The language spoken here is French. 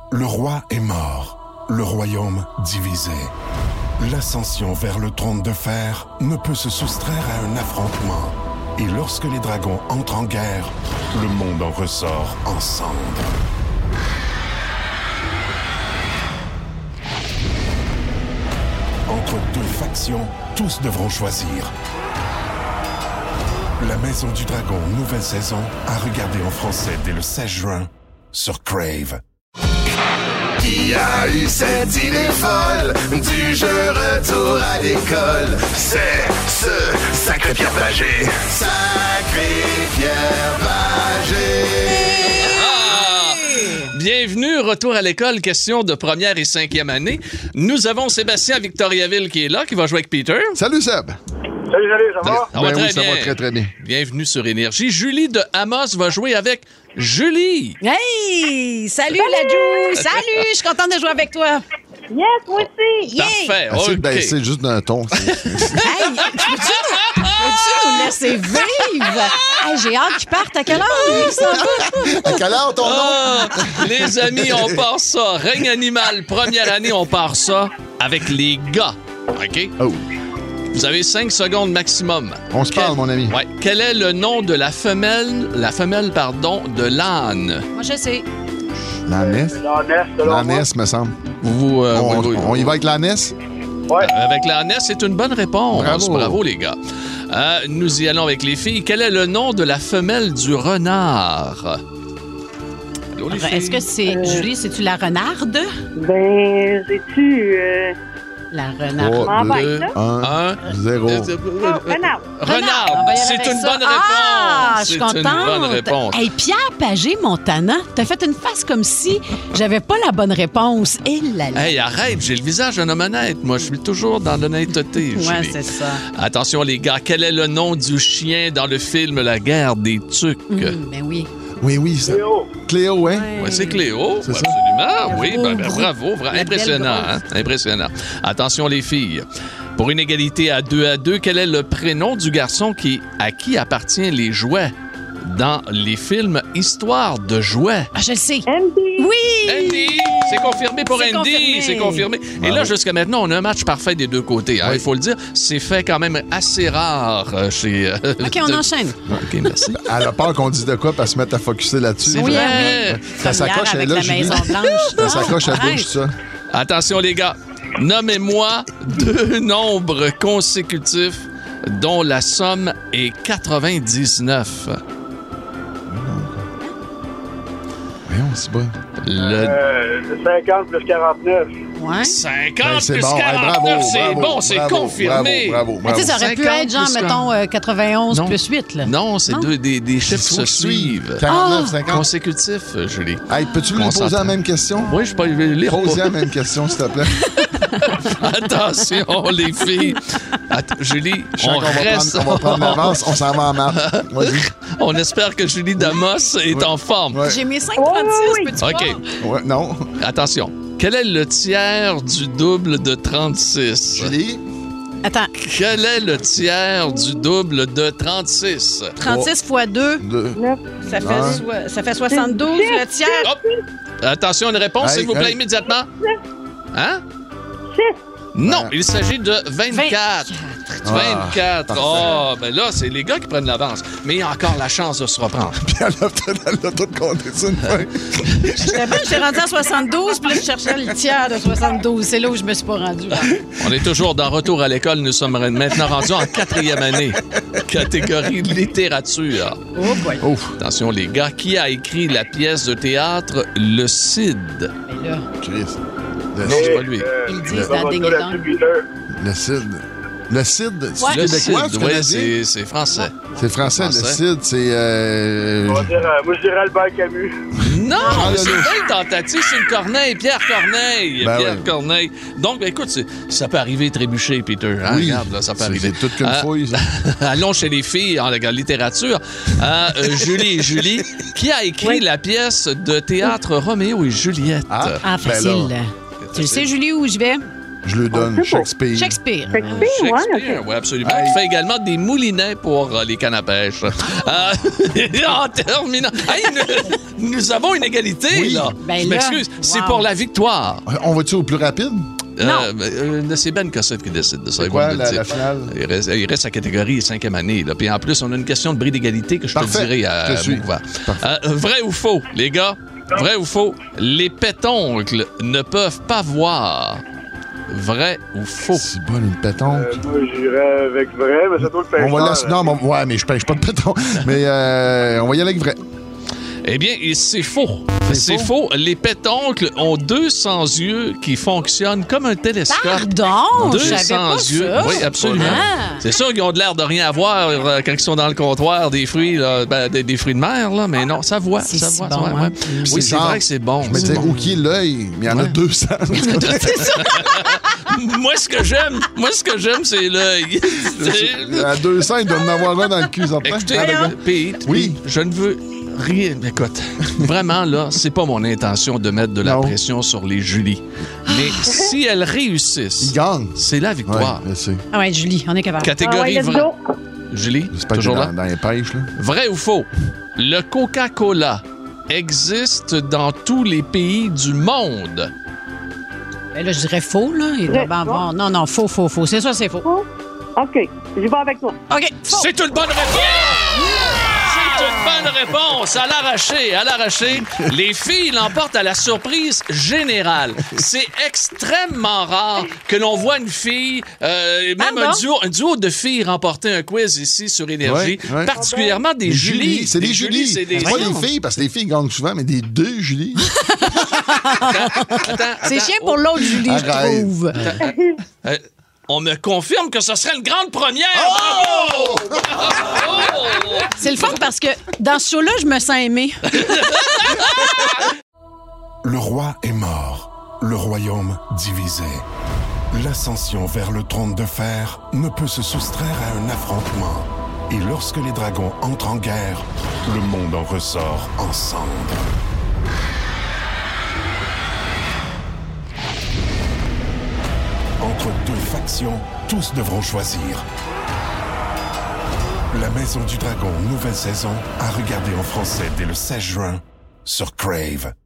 Le roi est mort, le royaume divisé. L'ascension vers le trône de fer ne peut se soustraire à un affrontement. Et lorsque les dragons entrent en guerre, le monde en ressort en cendres. Entre deux factions, tous devront choisir. La Maison du Dragon, nouvelle saison, à regarder en français dès le 16 juin sur Crave. Qui a eu cette idée folle du jeu Retour à l'école? C'est ce sacré Pierre Pagé. Sacré Pierre Pagé. Bienvenue, retour à l'école, question de première et cinquième année. Nous avons Sébastien Victoriaville qui est là, qui va jouer avec Peter. Salut Seb! Salut, ça va? Ça va très bien. Ça va très, très bien. Bienvenue sur Énergie. Julie de Amos va jouer avec Julie. Hey! Salut Ladjou! Salut! Je suis contente de jouer avec toi. Yes, moi aussi! Parfait. Essaye de OK. baisser juste d'un ton. Hey! Peux-tu nous laisser vivre? Hey, j'ai hâte qu'ils partent. À quelle heure? À quelle heure ton nom? Ah, les amis, on part ça. Règne animal, première année, on part ça avec les gars. OK? Oh. Vous avez 5 secondes maximum. On se parle, mon ami. Ouais. Quel est le nom de la femelle de l'âne? Moi, je sais. L'ânesse? L'ânesse, me semble. Vous, On y va avec l'ânesse? Avec l'ânesse, c'est une bonne réponse. Bravo. Bravo, les gars. Nous y allons avec les filles. Quel est le nom de la femelle du renard? Allô, les filles? Est-ce que c'est... Julie, c'est-tu la renarde? Ben, j'ai-tu... La renarde. 3, 2, là? 1, 0. Renard. Renard. On va y aller C'est avec une ça. bonne réponse. Ah, je suis C'est contente. une bonne réponse. Hey, Pierre Pagé-Montana, t'as fait une face comme si j'avais pas la bonne réponse. Et là là. Hey, arrête, j'ai le visage d'un homme honnête. Moi, je suis toujours dans l'honnêteté. Ouais, Julie. c'est ça. Attention, les gars, quel est le nom du chien dans le film La guerre des tucs? Ben oui. Oui, ça. Cléo, hein? Ouais, c'est Cléo, C'est ça. absolument. Oui, Bravo, bravo. La Impressionnant, belle hein? Impressionnant. Attention, les filles. Pour une égalité à 2, quel est le prénom du garçon à qui appartiennent les jouets dans les films Histoire de jouets? Ah, je le sais. Andy. Oui! Andy! C'est confirmé pour C'est Andy! confirmé. C'est confirmé. Et là, jusqu'à maintenant, on a un match parfait des deux côtés. Hein, Oui. il faut le dire. C'est fait quand même assez rare chez... OK, on enchaîne. OK, merci. Elle a peur qu'on dise de quoi pour se mettre à focusser là-dessus. C'est Oui, vrai. oui. Ta sacoche, elle est avec là, la Julie. Maison-Blanche. Ta sacoche, elle Arrête. bouge, ça. Attention, les gars. Nommez-moi 2 nombres consécutifs dont la somme est 99. Voyons, c'est bon. Le 50 plus 49. Ouais. 50 Ben, c'est plus bon. 49, Bravo, c'est bravo, bon, c'est bravo, confirmé. Bravo. Mais tu sais, ça aurait pu 50 être genre, plus mettons, 91 Non. plus 8, là. Non, c'est Non? des chiffres C'est se toi qui suis. suivent. 49, 50. Consécutifs, Julie. Hey, peux-tu lui poser la même question? Oui, je peux lire. Posez la même question, s'il te plaît. Attention, les filles. Julie, Je sens on qu'on reste... on va prendre l'avance. On s'en va en maths. Vas-y. On espère que Julie Damos est en forme. Ouais. J'ai mes 5,36, Oui. peux-tu OK. voir? Ouais, non. Attention. Quel est le tiers du double de 36? Julie? Attends, Quel est le tiers du double de 36? 36 fois 2, 2. ça fait 72, le tiers. Hop! Attention, une réponse, Hey, s'il vous plaît, hey. immédiatement. Hein? 6. Non, Ouais. il s'agit de 24. 24. parfait. Oh, ben là, c'est les gars qui prennent l'avance. Mais il y a encore la chance de se reprendre. Puis elle a tout compté ça une fois. J'étais rendu à 72, puis là, je cherchais le tiers de 72. C'est là où je me suis pas rendu. On est toujours dans Retour à l'école. Nous sommes maintenant rendus en 4e année. Catégorie littérature. Oh boy. Ouf. Attention, les gars. Qui a écrit la pièce de théâtre Le Cid? Mais là, Chris. Non, c'est pas lui. ils disent dans Ding Dong. Le CID. Le CID, c'est Ouais. Le québécois, Cid, c'est oui, canadien? c'est français. C'est français. Le Français. CID, c'est... Moi, je dirais Albert Camus. Non, Ah, mais c'est là, là. une belle tentative. C'est une Corneille, Pierre Corneille. Ben Pierre oui. Corneille. Donc, ben, écoute, ça peut arriver trébucher, Peter. Hein? Oui. Regarde, là, ça peut C'est arriver. toute qu'une fouille, ça. Allons chez les filles en littérature. Julie et Julie, qui a écrit la pièce de théâtre Roméo et Juliette? Ah. Ah, Ben facile. là. Tu le sais, Julie, où je vais? Je le donne. Shakespeare. Shakespeare. Shakespeare, ouais, Shakespeare, ok. oui, absolument. Qui fait également des moulinets pour les cannes à pêche. En terminant, hey, nous avons une égalité, Oui. là. Ben Je là, m'excuse. C'est wow. pour la victoire. On va-tu au plus rapide? C'est Ben Cossette qui décide de ça. C'est ils quoi vont me le la dire. finale? Il reste sa catégorie 5e année. Là. Puis en plus, on a une question de bris d'égalité que je Parfait. te dirai à Je suis. Bourgoin. Vrai ou faux, les gars? Vrai ou faux? Les pétoncles ne peuvent pas voir. Vrai ou faux? C'est bon, une pétonque. Moi, j'irais avec vrai, mais c'est toi le pêcheur. On va laisser. Non, ouais, mais je pêche pas de péton. Mais on va y aller avec vrai. Eh bien, c'est faux. C'est faux. Les pétoncles ont 200 yeux qui fonctionnent comme un télescope. Pardon, je 200 savais pas yeux. ça. Oui, absolument. Ah. C'est sûr qu'ils ont de l'air de rien avoir quand ils sont dans le comptoir des fruits, là, des fruits de mer, là, mais non, ça voit. C'est Ça si voit, bon, ouais, hein. ouais. Oui, c'est genre- vrai que c'est bon. Je me c'est disais, bon. où qui est l'œil? Mais il y en a Ouais. 200. Moi, ce que j'aime, c'est l'œil. À 200, il doit en avoir un dans le cul, certain. Écoutez, Pete, Oui. je ne veux rien. Écoute, vraiment, là, c'est pas mon intention de mettre de la Non. pression sur les Julie. Mais si elles réussissent, Il gagne. c'est la Ouais, victoire. je sais. Ah ouais, Julie, on est capable. Ah ouais, Catégorie let's vrai. go. Julie, J'espère que toujours là? dans les pêches, là. Vrai ou faux? Le Coca-Cola existe dans tous les pays du monde. Ben là, je dirais faux, là. Il doit bien avoir... Non, faux. C'est ça, c'est faux. OK, j'y vais avec toi. OK, faux. C'est une bonne réponse! C'est une bonne réponse! À l'arraché. Les filles l'emportent à la surprise générale. C'est extrêmement rare que l'on voit une fille, même un duo de filles remporter un quiz ici sur Énergie, Ouais. particulièrement des Julie. C'est des Julie. C'est des C'est pas des filles, parce que les filles gagnent souvent, mais des deux Julie. Attends, C'est chiant pour l'autre Julie, je Arrête. trouve. on me confirme que ce serait une grande première! Oh! Bravo! C'est le fun parce que dans ce show-là, je me sens aimée. Le roi est mort, le royaume divisé. L'ascension vers le trône de fer ne peut se soustraire à un affrontement. Et lorsque les dragons entrent en guerre, le monde en ressort en cendres. Entre deux factions, tous devront choisir. La Maison du Dragon, nouvelle saison, à regarder en français dès le 16 juin sur Crave.